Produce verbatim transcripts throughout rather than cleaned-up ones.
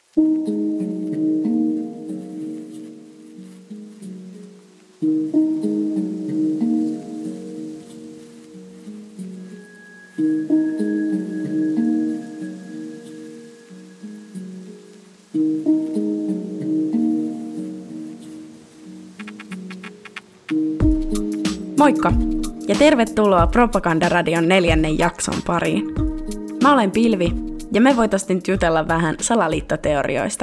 Moikka ja tervetuloa Propagandaradion neljännen jakson pariin. Mä olen Pilvi ja me voitaisiin nyt jutella vähän salaliittoteorioista.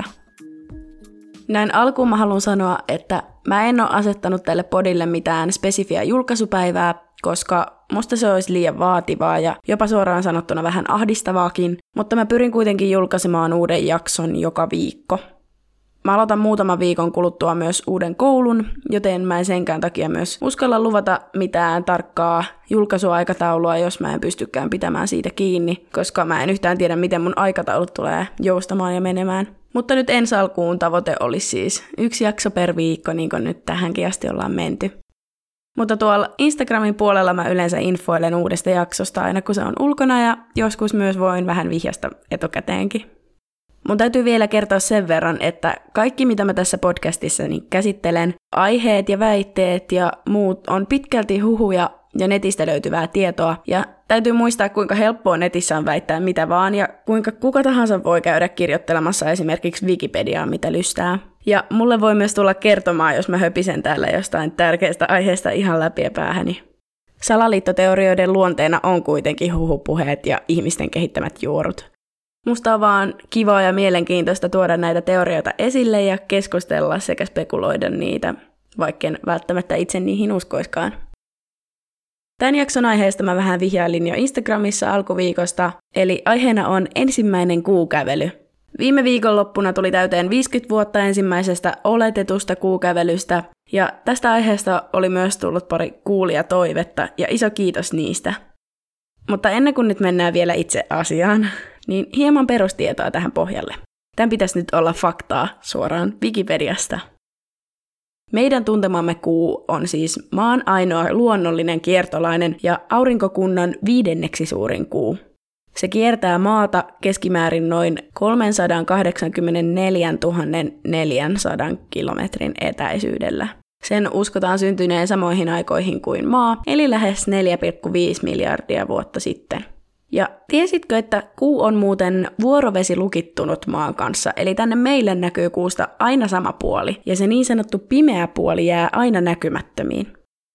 Näin alkuun mä haluan sanoa, että mä en ole asettanut tälle podille mitään spesifiä julkaisupäivää, koska musta se olisi liian vaativaa ja jopa suoraan sanottuna vähän ahdistavaakin, mutta mä pyrin kuitenkin julkaisemaan uuden jakson joka viikko. Mä aloitan muutaman viikon kuluttua myös uuden koulun, joten mä en senkään takia myös uskalla luvata mitään tarkkaa julkaisuaikataulua, jos mä en pystykään pitämään siitä kiinni, koska mä en yhtään tiedä, miten mun aikataulut tulee joustamaan ja menemään. Mutta nyt ensi alkuun tavoite olisi siis yksi jakso per viikko, niin kuin nyt tähänkin asti ollaan menty. Mutta tuolla Instagramin puolella mä yleensä infoilen uudesta jaksosta aina kun se on ulkona ja joskus myös voin vähän vihjasta etukäteenkin. Mun täytyy vielä kertoa sen verran, että kaikki mitä mä tässä podcastissa niin käsittelen, aiheet ja väitteet ja muut on pitkälti huhuja ja netistä löytyvää tietoa. Ja täytyy muistaa, kuinka helppoa netissä on väittää mitä vaan ja kuinka kuka tahansa voi käydä kirjoittelemassa esimerkiksi Wikipediaa mitä lystää. Ja mulle voi myös tulla kertomaan, jos mä höpisen täällä jostain tärkeästä aiheesta ihan läpi päähäni. Salaliittoteorioiden luonteena on kuitenkin huhupuheet ja ihmisten kehittämät juorut. Musta on vaan kivaa ja mielenkiintoista tuoda näitä teorioita esille ja keskustella sekä spekuloida niitä, vaikken välttämättä itse niihin uskoiskaan. Tämän jakson aiheesta mä vähän vihjailin jo Instagramissa alkuviikosta, eli aiheena on ensimmäinen kuukävely. Viime viikonloppuna tuli täyteen viisikymmentä vuotta ensimmäisestä oletetusta kuukävelystä, ja tästä aiheesta oli myös tullut pari kuulijatoivetta, ja iso kiitos niistä. Mutta ennen kuin nyt mennään vielä itse asiaan, niin hieman perustietoa tähän pohjalle. Tämän pitäisi nyt olla faktaa suoraan Wikipediasta. Meidän tuntemamme kuu on siis maan ainoa luonnollinen kiertolainen ja aurinkokunnan viidenneksi suurin kuu. Se kiertää maata keskimäärin noin kolmesataakahdeksankymmentäneljätuhatta neljäsataa kilometrin etäisyydellä. Sen uskotaan syntyneen samoihin aikoihin kuin maa, eli lähes neljä pilkku viisi miljardia vuotta sitten. Ja tiesitkö, että kuu on muuten vuorovesilukittunut maan kanssa, eli tänne meille näkyy kuusta aina sama puoli, ja se niin sanottu pimeä puoli jää aina näkymättömiin.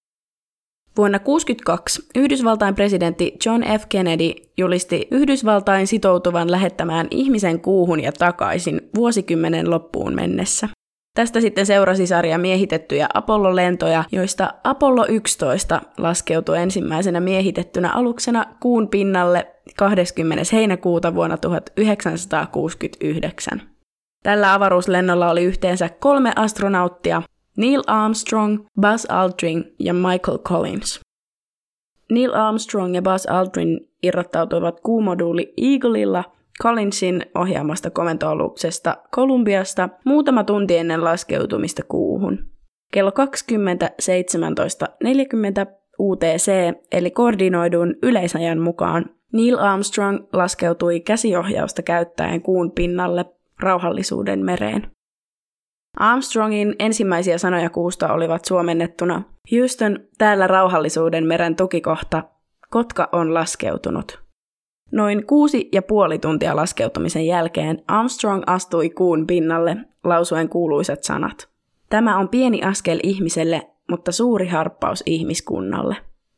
Vuonna tuhatyhdeksänsataakuusikymmentäkaksi Yhdysvaltain presidentti John F. Kennedy julisti Yhdysvaltain sitoutuvan lähettämään ihmisen kuuhun ja takaisin vuosikymmenen loppuun mennessä. Tästä sitten seurasi sarja miehitettyjä Apollo-lentoja, joista Apollo yksitoista laskeutui ensimmäisenä miehitettynä aluksena kuun pinnalle kahdeskymmenes heinäkuuta vuonna tuhatyhdeksänsataakuusikymmentäyhdeksän. Tällä avaruuslennolla oli yhteensä kolme astronauttia, Neil Armstrong, Buzz Aldrin ja Michael Collins. Neil Armstrong ja Buzz Aldrin irrottautuivat kuumoduuli Eaglella Collinsin ohjaamasta komentoaluksesta Columbiasta muutama tunti ennen laskeutumista kuuhun. Kello kaksikymmentä seitsemäntoista neljäkymmentä U T C eli koordinoidun yleisajan mukaan Neil Armstrong laskeutui käsiohjausta käyttäen kuun pinnalle rauhallisuuden mereen. Armstrongin ensimmäisiä sanoja kuusta olivat suomennettuna Houston, täällä rauhallisuuden meren tukikohta, Kotka on laskeutunut. Noin kuusi ja puoli tuntia laskeutumisen jälkeen Armstrong astui kuun pinnalle lausuen kuuluisat sanat. Tämä on pieni askel ihmiselle, mutta suuri harppaus ihmiskunnalle.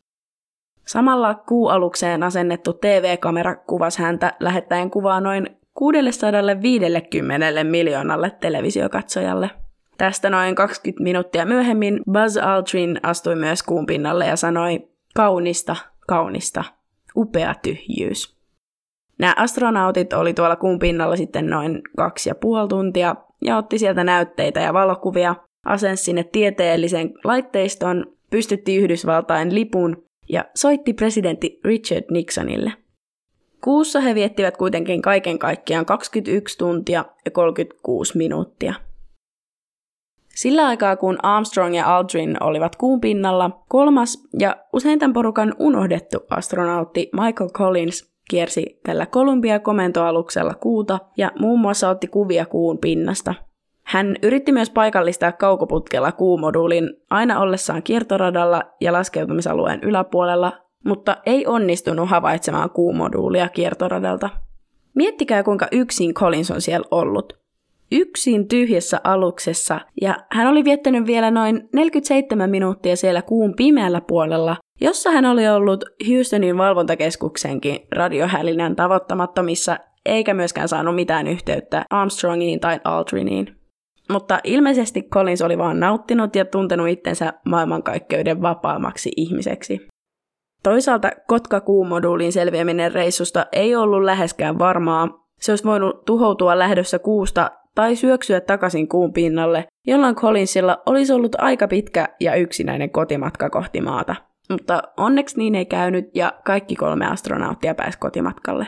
Samalla kuualukseen asennettu T V-kamera kuvasi häntä lähettäen kuvaa noin kuusisataaviisikymmentä miljoonalle televisiokatsojalle. Tästä noin kaksikymmentä minuuttia myöhemmin Buzz Aldrin astui myös kuun pinnalle ja sanoi, kaunista, kaunista, upea tyhjyys. Nämä astronautit oli tuolla kuun pinnalla sitten noin kaksi ja puoli tuntia ja otti sieltä näytteitä ja valokuvia, asensi sinne tieteellisen laitteiston, pystytti Yhdysvaltain lipun ja soitti presidentti Richard Nixonille. Kuussa he viettivät kuitenkin kaiken kaikkiaan kaksikymmentäyksi tuntia ja kolmekymmentäkuusi minuuttia. Sillä aikaa kun Armstrong ja Aldrin olivat kuun pinnalla, kolmas ja usein tämän porukan unohdettu astronautti Michael Collins kiersi tällä Columbia-komentoaluksella kuuta ja muun muassa otti kuvia kuun pinnasta. Hän yritti myös paikallistaa kaukoputkella kuumoduulin aina ollessaan kiertoradalla ja laskeutumisalueen yläpuolella, mutta ei onnistunut havaitsemaan kuumoduulia kiertoradalta. Miettikää, kuinka yksin Collins on siellä ollut. Yksin tyhjässä aluksessa, ja hän oli viettänyt vielä noin neljäkymmentäseitsemän minuuttia siellä kuun pimeällä puolella, jossa hän oli ollut Houstonin valvontakeskuksenkin radiohälinän tavoittamattomissa, eikä myöskään saanut mitään yhteyttä Armstrongiin tai Aldriniin. Mutta ilmeisesti Collins oli vaan nauttinut ja tuntenut itsensä maailmankaikkeuden vapaammaksi ihmiseksi. Toisaalta Kotka-kuumoduulin selviäminen reissusta ei ollut läheskään varmaa. Se olisi voinut tuhoutua lähdössä kuusta tai syöksyä takaisin kuun pinnalle, jolloin Collinsilla olisi ollut aika pitkä ja yksinäinen kotimatka kohti maata. Mutta onneksi niin ei käynyt ja kaikki kolme astronauttia pääsi kotimatkalle.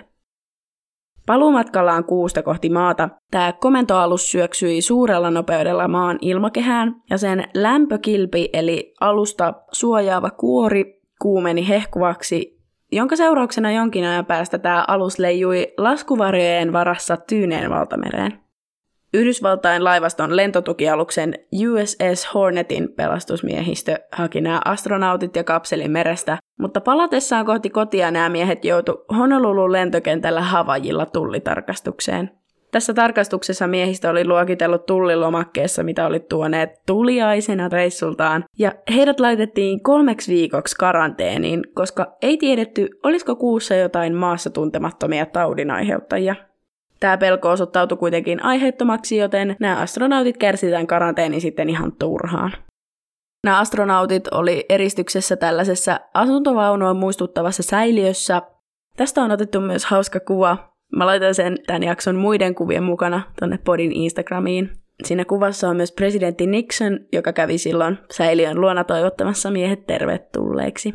Paluumatkallaan kuusta kohti maata tämä komentoalus syöksyi suurella nopeudella maan ilmakehään ja sen lämpökilpi eli alusta suojaava kuori kuumeni hehkuvaksi, jonka seurauksena jonkin ajan päästä tämä alus leijui laskuvarjojen varassa Tyyneen valtamereen. Yhdysvaltain laivaston lentotukialuksen U S S Hornetin pelastusmiehistö haki nämä astronautit ja kapselin merestä, mutta palatessaan kohti kotia nämä miehet joutu Honolulun lentokentällä Havaijilla tullitarkastukseen. Tässä tarkastuksessa miehistö oli luokitellut tullilomakkeessa, mitä oli tuoneet tuliaisena reissultaan, ja heidät laitettiin kolmeksi viikoksi karanteeniin, koska ei tiedetty, olisiko kuussa jotain maassa tuntemattomia taudinaiheuttajia. Tämä pelko osoittautui kuitenkin aiheettomaksi, joten nämä astronautit kärsitään karanteenin sitten ihan turhaan. Nämä astronautit oli eristyksessä tällaisessa asuntovaunua muistuttavassa säiliössä. Tästä on otettu myös hauska kuva. Mä laitan sen tämän jakson muiden kuvien mukana tonne podin Instagramiin. Siinä kuvassa on myös presidentti Nixon, joka kävi silloin säiliön luona toivottamassa miehet tervetulleeksi.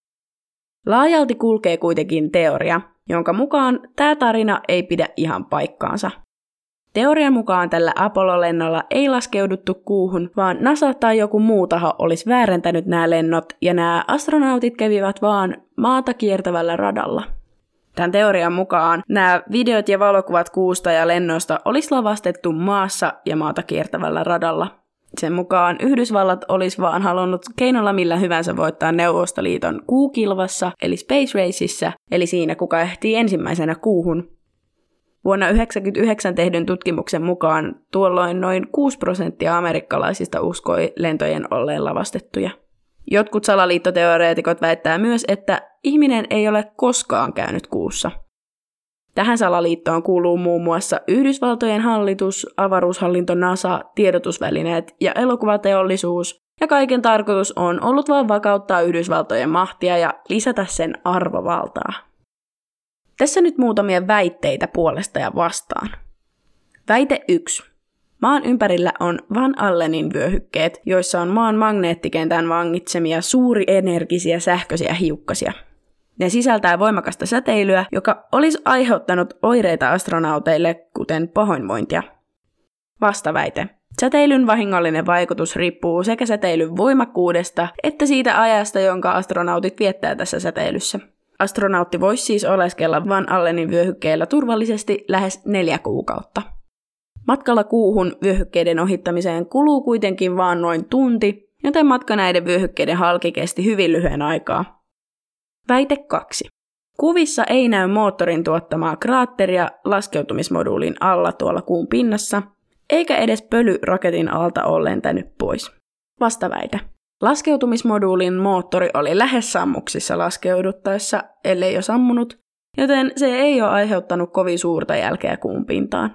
Laajalti kulkee kuitenkin teoria, jonka mukaan tämä tarina ei pidä ihan paikkaansa. Teorian mukaan tällä Apollo-lennolla ei laskeuduttu kuuhun, vaan NASA tai joku muu taho olisi väärentänyt nämä lennot ja nämä astronautit kävivät vaan maata kiertävällä radalla. Tämän teorian mukaan nämä videot ja valokuvat kuusta ja lennosta olisi lavastettu maassa ja maata kiertävällä radalla. Sen mukaan Yhdysvallat olisi vaan halunnut keinolla millä hyvänsä voittaa Neuvostoliiton kuukilvassa, eli Space Raceissa, eli siinä kuka ehtii ensimmäisenä kuuhun. Vuonna yhdeksänkymmentäyhdeksän tehdyn tutkimuksen mukaan tuolloin noin kuusi prosenttia amerikkalaisista uskoi lentojen olleen lavastettuja. Jotkut salaliittoteoreetikot väittää myös, että ihminen ei ole koskaan käynyt kuussa. Tähän salaliittoon kuuluu muun muassa Yhdysvaltojen hallitus, avaruushallinto NASA, tiedotusvälineet ja elokuvateollisuus, ja kaiken tarkoitus on ollut vain vakauttaa Yhdysvaltojen mahtia ja lisätä sen arvovaltaa. Tässä nyt muutamia väitteitä puolesta ja vastaan. Väite yksi. Maan ympärillä on Van Allenin vyöhykkeet, joissa on maan magneettikentän vangitsemia suurienergisiä sähköisiä hiukkasia. Ne sisältää voimakasta säteilyä, joka olisi aiheuttanut oireita astronauteille, kuten pahoinvointia. Vastaväite. Säteilyn vahingollinen vaikutus riippuu sekä säteilyn voimakkuudesta että siitä ajasta, jonka astronautit viettää tässä säteilyssä. Astronautti voisi siis oleskella Van Allenin vyöhykkeellä turvallisesti lähes neljä kuukautta. Matkalla kuuhun vyöhykkeiden ohittamiseen kuluu kuitenkin vain noin tunti, joten matka näiden vyöhykkeiden halki kesti hyvin lyhyen aikaa. Väite kaksi. Kuvissa ei näy moottorin tuottamaa kraatteria laskeutumismoduulin alla tuolla kuun pinnassa, eikä edes pöly raketin alta ole lentänyt pois. Vastaväite. Laskeutumismoduulin moottori oli lähes sammuksissa laskeuduttaessa, ellei jo sammunut, joten se ei ole aiheuttanut kovin suurta jälkeä kuun pintaan.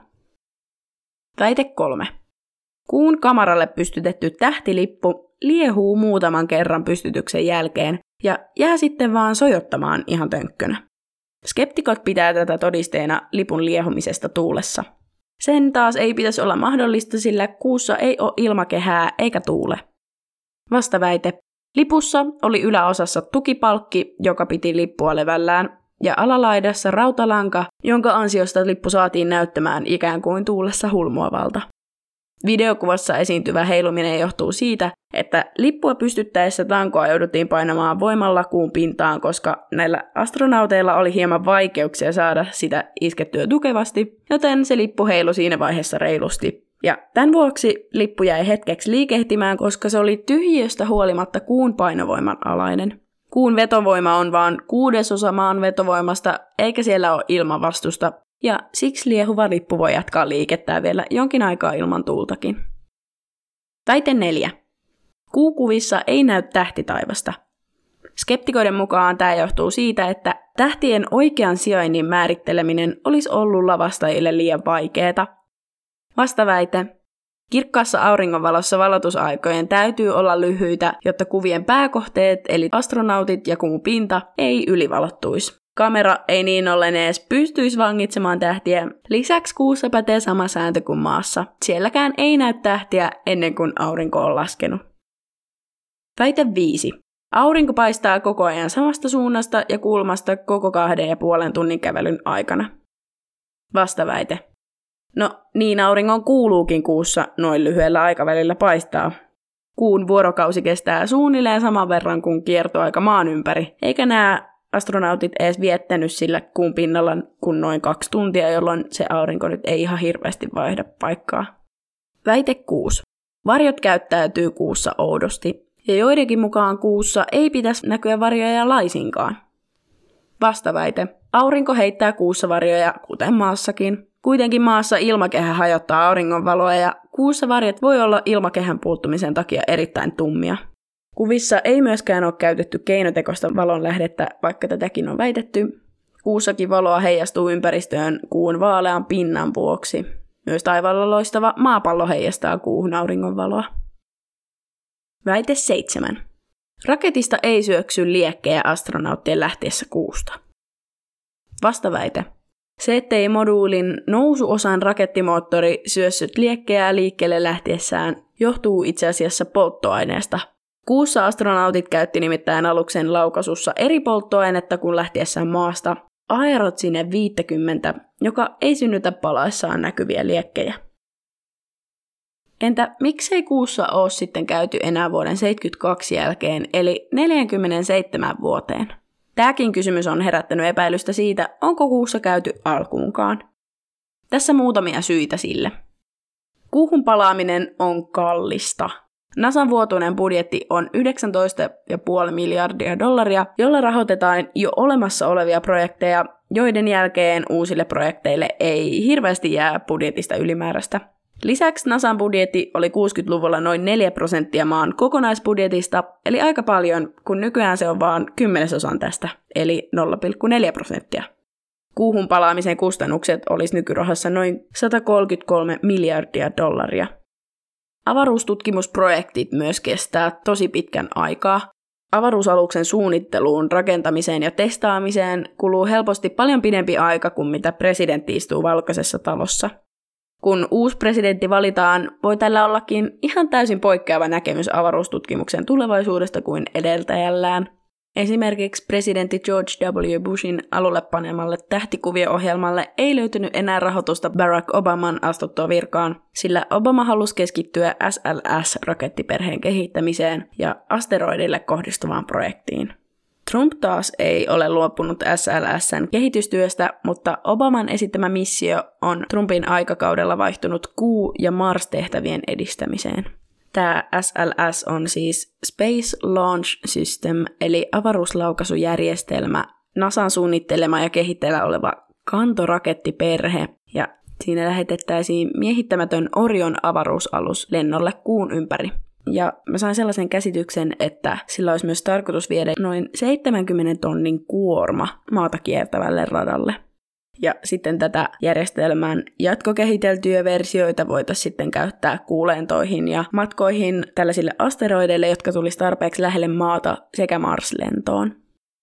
Väite kolme. Kuun kamaralle pystytetty tähtilippu liehuu muutaman kerran pystytyksen jälkeen ja jää sitten vaan sojottamaan ihan tönkkönä. Skeptikot pitää tätä todisteena lipun liehumisesta tuulessa. Sen taas ei pitäisi olla mahdollista, sillä kuussa ei ole ilmakehää eikä tuule. Vastaväite. Lipussa oli yläosassa tukipalkki, joka piti lippua levällään, ja alalaidassa rautalanka, jonka ansiosta lippu saatiin näyttämään ikään kuin tuulessa hulmuavalta. Videokuvassa esiintyvä heiluminen johtuu siitä, että lippua pystyttäessä tankoa jouduttiin painamaan voimalla kuun pintaan, koska näillä astronauteilla oli hieman vaikeuksia saada sitä iskettyä tukevasti, joten se lippu heilui siinä vaiheessa reilusti. Ja tämän vuoksi lippu jäi hetkeksi liikehtimään, koska se oli tyhjiöstä huolimatta kuun painovoiman alainen. Kuun vetovoima on vain kuudesosa maan vetovoimasta, eikä siellä ole ilmanvastusta, ja siksi liehuva lippu voi jatkaa liikettää vielä jonkin aikaa ilman tuultakin. Väite neljä. Kuukuvissa ei näy tähtitaivasta. Skeptikoiden mukaan tämä johtuu siitä, että tähtien oikean sijainnin määritteleminen olisi ollut lavastajille liian vaikeaa. Vastaväite. Kirkkaassa auringonvalossa valotusaikojen täytyy olla lyhyitä, jotta kuvien pääkohteet, eli astronautit ja kuun pinta, ei ylivalottuisi. Kamera ei niin ollen edes pystyisi vangitsemaan tähtiä. Lisäksi kuussa pätee sama sääntö kuin maassa. Sielläkään ei näy tähtiä ennen kuin aurinko on laskenut. Väite viisi. Aurinko paistaa koko ajan samasta suunnasta ja kulmasta koko kahden ja puolen tunnin kävelyn aikana. Vastaväite. No, niin auringon kuuluukin kuussa noin lyhyellä aikavälillä paistaa. Kuun vuorokausi kestää suunnilleen saman verran kuin kiertoaika maan ympäri, eikä nämä astronautit edes viettänyt sillä kuun pinnalla kuin noin kaksi tuntia, jolloin se aurinko nyt ei ihan hirveästi vaihda paikkaa. Väite kuusi. Varjot käyttäytyy kuussa oudosti, ja joidenkin mukaan kuussa ei pitäisi näkyä varjoja laisinkaan. Vastaväite. Aurinko heittää kuussa varjoja, kuten maassakin. Kuitenkin maassa ilmakehä hajottaa auringonvaloa ja kuussa varjot voi olla ilmakehän puuttumisen takia erittäin tummia. Kuvissa ei myöskään ole käytetty keinotekoista valonlähdettä, vaikka tätäkin on väitetty. Kuussakin valoa heijastuu ympäristöön kuun vaalean pinnan vuoksi. Myös taivaalla loistava maapallo heijastaa kuuhun auringonvaloa. Väite seitsemän. Raketista ei syöksy liekkejä astronauttien lähtiessä kuusta. Vastaväite. Se, ettei moduulin nousuosan rakettimoottori syössyt liekkejä liikkeelle lähtiessään, johtuu itse asiassa polttoaineesta. Kuussa astronautit käytti nimittäin aluksen laukaisussa eri polttoainetta kuin lähtiessään maasta, aerotsine viisikymmentä, joka ei synnytä palaessaan näkyviä liekkejä. Entä miksei kuussa ole sitten käyty enää vuoden seitsemänkymmentäkaksi jälkeen, eli neljäkymmentäseitsemän vuoteen? Tämäkin kysymys on herättänyt epäilystä siitä, onko kuussa käyty alkuunkaan. Tässä muutamia syitä sille. Kuuhun palaaminen on kallista. NASAn vuotuinen budjetti on yhdeksäntoista pilkku viisi miljardia dollaria, jolla rahoitetaan jo olemassa olevia projekteja, joiden jälkeen uusille projekteille ei hirveästi jää budjetista ylimääräistä. Lisäksi NASAn budjetti oli kuusikymmentäluvulla noin neljä prosenttia maan kokonaisbudjetista, eli aika paljon, kun nykyään se on vain kymmenesosan tästä, eli nolla pilkku neljä prosenttia. Kuuhun palaamisen kustannukset olisi nykyrahassa noin sata kolmekymmentäkolme miljardia dollaria. Avaruustutkimusprojektit myös kestää tosi pitkän aikaa. Avaruusaluksen suunnitteluun, rakentamiseen ja testaamiseen kuluu helposti paljon pidempi aika kuin mitä presidentti istuu valkoisessa talossa. Kun uusi presidentti valitaan, voi tällä ollakin ihan täysin poikkeava näkemys avaruustutkimuksen tulevaisuudesta kuin edeltäjällään. Esimerkiksi presidentti George W. Bushin alulle panemalle tähtikuvio-ohjelmalle ei löytynyt enää rahoitusta Barack Obaman astuttua virkaan, sillä Obama halusi keskittyä S L S-rakettiperheen kehittämiseen ja asteroidille kohdistuvaan projektiin. Trump taas ei ole luopunut S L S:n kehitystyöstä, mutta Obaman esittämä missio on Trumpin aikakaudella vaihtunut Kuu- ja Mars-tehtävien edistämiseen. Tämä S L S on siis Space Launch System, eli avaruuslaukaisujärjestelmä, NASAn suunnittelema ja kehitteillä oleva kantorakettiperhe, ja siinä lähetettäisiin miehittämätön Orion avaruusalus lennolle kuun ympäri. Ja mä sain sellaisen käsityksen, että sillä olisi myös tarkoitus viedä noin seitsemänkymmenen tonnin kuorma maata kiertävälle radalle. Ja sitten tätä järjestelmän jatkokehiteltyjä versioita voitaisiin sitten käyttää kuulentoihin ja matkoihin tällaisille asteroideille, jotka tulisi tarpeeksi lähelle maata sekä Mars-lentoon.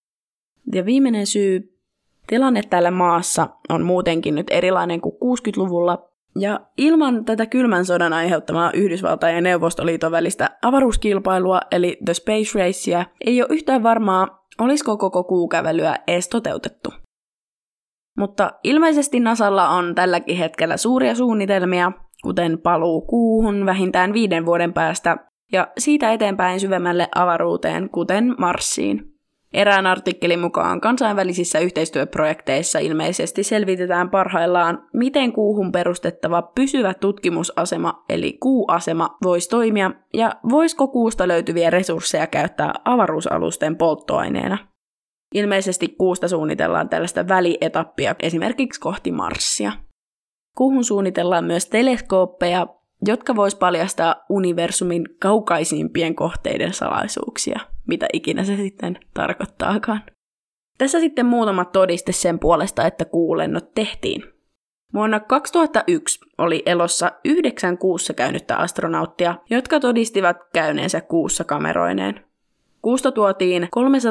Ja viimeinen syy, tilanne täällä maassa on muutenkin nyt erilainen kuin kuusikymmentäluvulla, ja ilman tätä kylmän sodan aiheuttamaa Yhdysvaltain ja Neuvostoliiton välistä avaruuskilpailua, eli The Space Racea, ei ole yhtään varmaa, olisiko koko kuukävelyä edes toteutettu. Mutta ilmeisesti NASAlla on tälläkin hetkellä suuria suunnitelmia, kuten paluu kuuhun vähintään viiden vuoden päästä, ja siitä eteenpäin syvemmälle avaruuteen, kuten Marsiin. Erään artikkelin mukaan kansainvälisissä yhteistyöprojekteissa ilmeisesti selvitetään parhaillaan, miten kuuhun perustettava pysyvä tutkimusasema, eli kuuasema, voisi toimia, ja voisiko kuusta löytyviä resursseja käyttää avaruusalusten polttoaineena. Ilmeisesti kuusta suunnitellaan tällaista välietappia esimerkiksi kohti Marsia. Kuuhun suunnitellaan myös teleskooppeja, jotka vois paljastaa universumin kaukaisimpien kohteiden salaisuuksia, mitä ikinä se sitten tarkoittaakaan. Tässä sitten muutama todiste sen puolesta, että kuulennot tehtiin. Vuonna kaksituhattayksi oli elossa yhdeksän kuussa käynyttä astronauttia, jotka todistivat käyneensä kuussa kameroineen. Kuusta tuotiin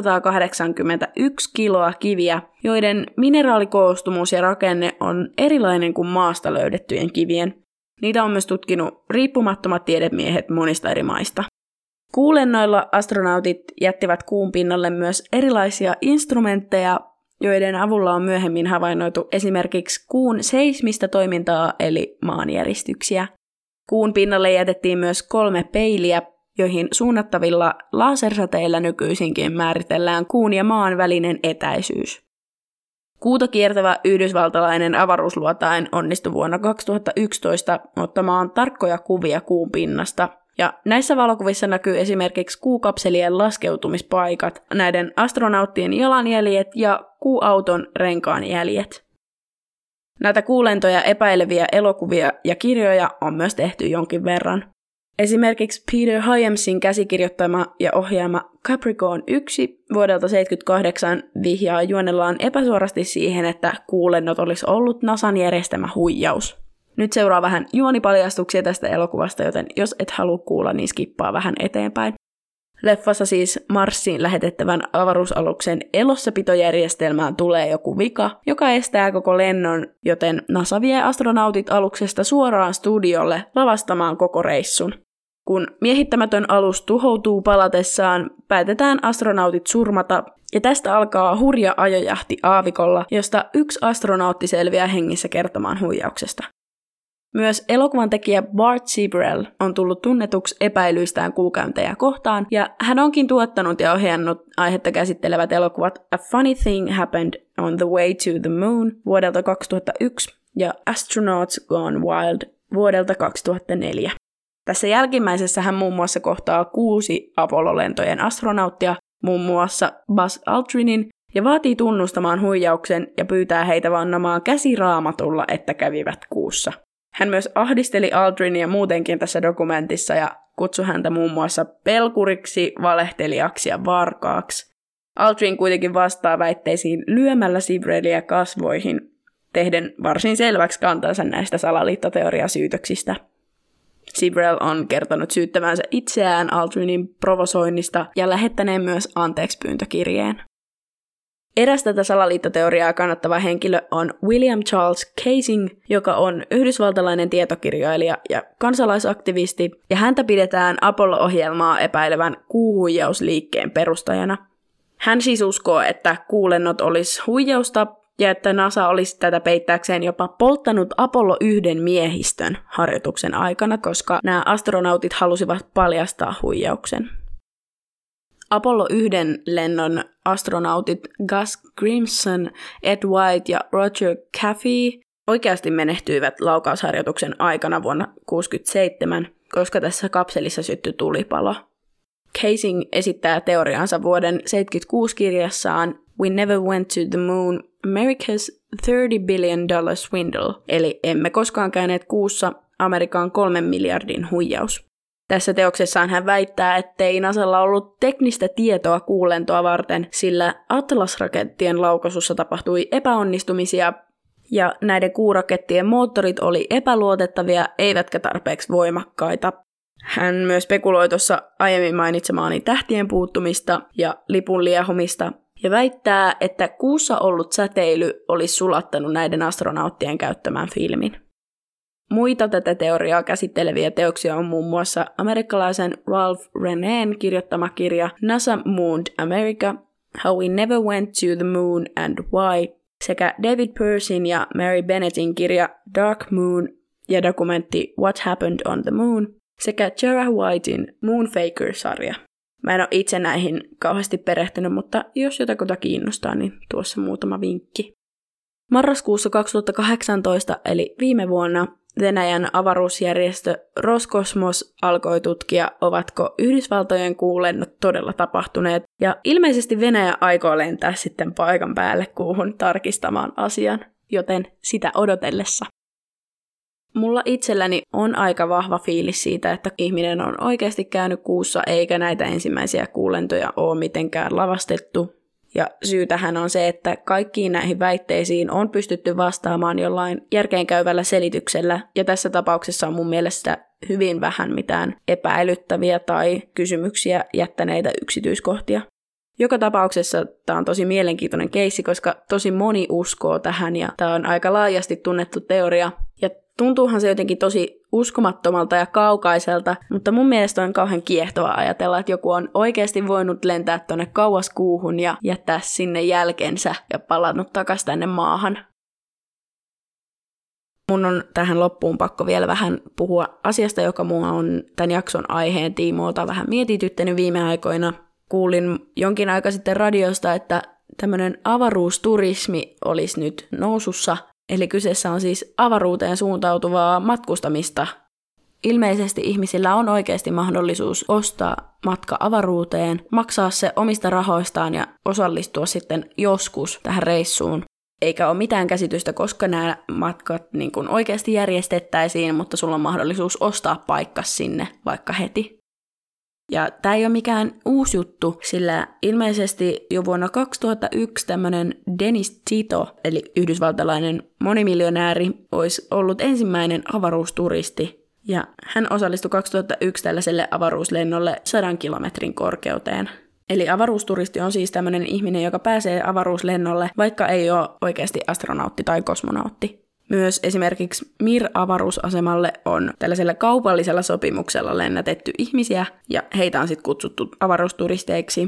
kolmesataakahdeksankymmentäyksi kiloa kiviä, joiden mineraalikoostumus ja rakenne on erilainen kuin maasta löydettyjen kivien. Niitä on myös tutkinut riippumattomat tiedemiehet monista eri maista. Kuulennoilla astronautit jättivät kuun pinnalle myös erilaisia instrumentteja, joiden avulla on myöhemmin havainnoitu esimerkiksi kuun seismistä toimintaa eli maanjäristyksiä. Kuun pinnalle jätettiin myös kolme peiliä, joihin suunnattavilla lasersäteillä nykyisinkin määritellään kuun ja maan välinen etäisyys. Kuuta kiertävä yhdysvaltalainen avaruusluotain onnistui vuonna kaksituhattayksitoista ottamaan tarkkoja kuvia kuun pinnasta, ja näissä valokuvissa näkyy esimerkiksi kuukapselien laskeutumispaikat, näiden astronauttien jalanjäljet ja kuuauton renkaanjäljet. Näitä kuulentoja epäileviä elokuvia ja kirjoja on myös tehty jonkin verran. Esimerkiksi Peter Hyamsin käsikirjoittama ja ohjaama Capricorn yksi vuodelta tuhatyhdeksänsataaseitsemänkymmentäkahdeksan vihjaa juonellaan epäsuorasti siihen, että kuulennot olisi ollut NASAn järjestämä huijaus. Nyt seuraa vähän juonipaljastuksia tästä elokuvasta, joten jos et halua kuulla, niin skippaa vähän eteenpäin. Leffassa siis Marsiin lähetettävän avaruusaluksen elossapitojärjestelmään tulee joku vika, joka estää koko lennon, joten NASA vie astronautit aluksesta suoraan studiolle lavastamaan koko reissun. Kun miehittämätön alus tuhoutuu palatessaan, päätetään astronautit surmata, ja tästä alkaa hurja ajojahti aavikolla, josta yksi astronautti selviää hengissä kertomaan huijauksesta. Myös elokuvan tekijä Bart Sibrel on tullut tunnetuksi epäilyistään kuukäyntejä kohtaan, ja hän onkin tuottanut ja ohjannut aihetta käsittelevät elokuvat A Funny Thing Happened on the Way to the Moon vuodelta kaksituhattayksi ja Astronauts Gone Wild vuodelta kaksituhattaneljä. Tässä jälkimmäisessä hän muun muassa kohtaa kuusi Apollo-lentojen astronauttia, muun muassa Buzz Aldrinin, ja vaatii tunnustamaan huijauksen ja pyytää heitä vannomaan käsiraamatulla, että kävivät kuussa. Hän myös ahdisteli Aldrinia muutenkin tässä dokumentissa ja kutsui häntä muun muassa pelkuriksi, valehtelijaksi ja varkaaksi. Aldrin kuitenkin vastaa väitteisiin lyömällä Sibrelia kasvoihin, tehden varsin selväksi kantansa näistä salaliittoteoriasyytöksistä. Sibrel on kertonut syyttävänsä itseään Aldrinin provosoinnista ja lähettäneen myös anteekspyyntökirjeen. Eräs tätä salaliittoteoriaa kannattava henkilö on William Charles Kaysing, joka on yhdysvaltalainen tietokirjailija ja kansalaisaktivisti, ja häntä pidetään Apollo-ohjelmaa epäilevän kuuhuijausliikkeen perustajana. Hän siis uskoo, että kuulennot olisi huijausta ja että NASA olisi tätä peittääkseen jopa polttanut Apollo yksi miehistön harjoituksen aikana, koska nämä astronautit halusivat paljastaa huijauksen. Apollo yksi lennon astronautit Gus Grimson, Ed White ja Roger Caffey oikeasti menehtyivät laukausharjoituksen aikana vuonna tuhatyhdeksänsataakuusikymmentäseitsemän, koska tässä kapselissa syttyi tulipalo. Kaysing esittää teoriansa vuoden seitsemänkymmentäkuusi kirjassaan We Never Went to the Moon, America's thirty billion dollar swindle, eli emme koskaan käyneet kuussa, Amerikan kolmen miljardin huijaus. Tässä teoksessaan hän väittää, ettei NASAlla ollut teknistä tietoa kuulentoa varten, sillä Atlas-rakettien laukaisussa tapahtui epäonnistumisia ja näiden kuurakettien moottorit oli epäluotettavia eivätkä tarpeeksi voimakkaita. Hän myös spekuloi tuossa aiemmin mainitsemaani tähtien puuttumista ja lipun liehumista ja väittää, että kuussa ollut säteily olisi sulattanut näiden astronauttien käyttämään filmin. Muita tätä teoriaa käsitteleviä teoksia on muun muassa amerikkalaisen Ralph Renén kirjoittama kirja NASA Mooned America, How We Never Went to the Moon and Why, sekä David Persin ja Mary Bennettin kirja Dark Moon, ja dokumentti What Happened on the Moon sekä Jerah Whitein Moonfaker-sarja. Mä en ole itse näihin kauheasti perehtynyt, mutta jos jotakuta kiinnostaa, niin tuossa muutama vinkki. Marraskuussa kaksituhattakahdeksantoista, eli viime vuonna, Venäjän avaruusjärjestö Roskosmos alkoi tutkia, ovatko Yhdysvaltojen kuulennot todella tapahtuneet, ja ilmeisesti Venäjä aikoo lentää sitten paikan päälle kuuhun tarkistamaan asian, joten sitä odotellessa. Mulla itselläni on aika vahva fiilis siitä, että ihminen on oikeasti käynyt kuussa, eikä näitä ensimmäisiä kuulentoja ole mitenkään lavastettu. Ja syytähän on se, että kaikkiin näihin väitteisiin on pystytty vastaamaan jollain järkeenkäyvällä selityksellä, ja tässä tapauksessa on mun mielestä hyvin vähän mitään epäilyttäviä tai kysymyksiä jättäneitä yksityiskohtia. Joka tapauksessa tämä on tosi mielenkiintoinen keissi, koska tosi moni uskoo tähän, ja tämä on aika laajasti tunnettu teoria, ja tuntuuhan se jotenkin tosi uskomattomalta ja kaukaiselta, mutta mun mielestä on kauhean kiehtovaa ajatella, että joku on oikeasti voinut lentää tuonne kauas kuuhun ja jättää sinne jälkensä ja palannut takaisin tänne maahan. Mun on tähän loppuun pakko vielä vähän puhua asiasta, joka mua on tämän jakson aiheen tiimoilta vähän mietityttänyt viime aikoina. Kuulin jonkin aika sitten radiosta, että tämmöinen avaruusturismi olisi nyt nousussa. Eli kyseessä on siis avaruuteen suuntautuvaa matkustamista. Ilmeisesti ihmisillä on oikeasti mahdollisuus ostaa matka avaruuteen, maksaa se omista rahoistaan ja osallistua sitten joskus tähän reissuun. Eikä ole mitään käsitystä, koska nämä matkat niin kuin oikeasti järjestettäisiin, mutta sulla on mahdollisuus ostaa paikka sinne vaikka heti. Ja tämä ei ole mikään uusi juttu, sillä ilmeisesti jo vuonna kaksituhattayksi tämmöinen Dennis Tito, eli yhdysvaltalainen monimiljonääri, olisi ollut ensimmäinen avaruusturisti. Ja hän osallistui kaksituhattayksi tällaiselle avaruuslennolle sadan kilometrin korkeuteen. Eli avaruusturisti on siis tämmöinen ihminen, joka pääsee avaruuslennolle, vaikka ei ole oikeasti astronautti tai kosmonautti. Myös esimerkiksi Mir-avaruusasemalle on tällaisella kaupallisella sopimuksella lennätetty ihmisiä, ja heitä on sitten kutsuttu avaruusturisteiksi.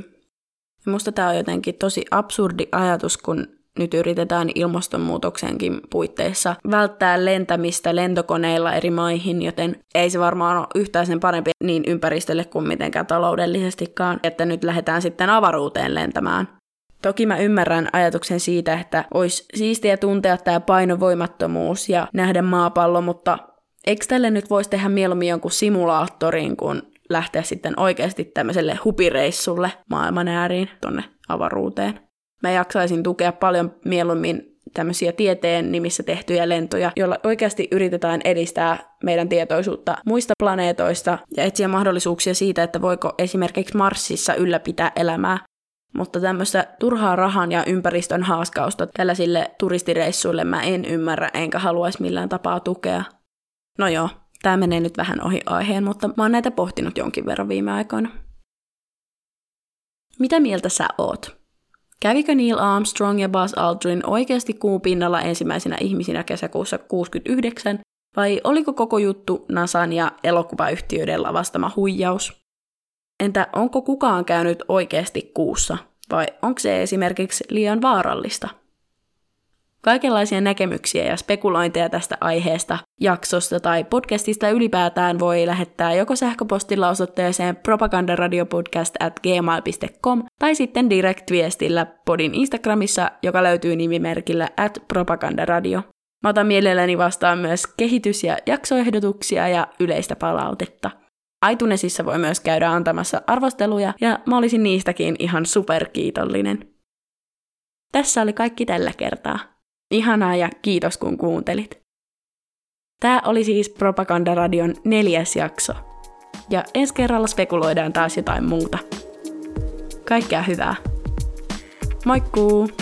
Ja musta tämä on jotenkin tosi absurdi ajatus, kun nyt yritetään ilmastonmuutoksenkin puitteissa välttää lentämistä lentokoneilla eri maihin, joten ei se varmaan ole yhtään sen parempi niin ympäristölle kuin mitenkään taloudellisestikaan, että nyt lähdetään sitten avaruuteen lentämään. Toki mä ymmärrän ajatuksen siitä, että olisi siistiä tuntea tämä painovoimattomuus ja nähdä maapallo, mutta eikö tälle nyt voisi tehdä mieluummin jonkun simulaattorin, kun lähteä sitten oikeasti tämmöiselle hupireissulle maailman ääriin tuonne avaruuteen? Mä jaksaisin tukea paljon mieluummin tämmöisiä tieteen nimissä tehtyjä lentoja, joilla oikeasti yritetään edistää meidän tietoisuutta muista planeetoista ja etsiä mahdollisuuksia siitä, että voiko esimerkiksi Marsissa ylläpitää elämää. Mutta tämmöistä turhaa rahan ja ympäristön haaskausta tällaisille turistireissuille mä en ymmärrä, enkä haluaisi millään tapaa tukea. No joo, tää menee nyt vähän ohi aiheen, mutta mä oon näitä pohtinut jonkin verran viime aikoina. Mitä mieltä sä oot? Kävikö Neil Armstrong ja Buzz Aldrin oikeasti kuun pinnalla ensimmäisenä ihmisinä kesäkuussa kuusikymmentäyhdeksän, vai oliko koko juttu NASAn ja elokuvayhtiöiden lavastama huijaus? Entä onko kukaan käynyt oikeasti kuussa, vai onko se esimerkiksi liian vaarallista? Kaikenlaisia näkemyksiä ja spekulointeja tästä aiheesta, jaksosta tai podcastista ylipäätään voi lähettää joko sähköpostilla osoitteeseen propagandaradiopodcast at gmail dot com tai sitten direct-viestillä podin Instagramissa, joka löytyy nimimerkillä at propagandaradio. Mä otan mielelläni vastaan myös kehitys- ja jaksoehdotuksia ja yleistä palautetta. iTunesissa voi myös käydä antamassa arvosteluja, ja mä olisin niistäkin ihan superkiitollinen. Tässä oli kaikki tällä kertaa. Ihanaa ja kiitos kun kuuntelit. Tää oli siis Propagandaradion neljäs jakso. Ja ensi kerralla spekuloidaan taas jotain muuta. Kaikkea hyvää. Moikkuu!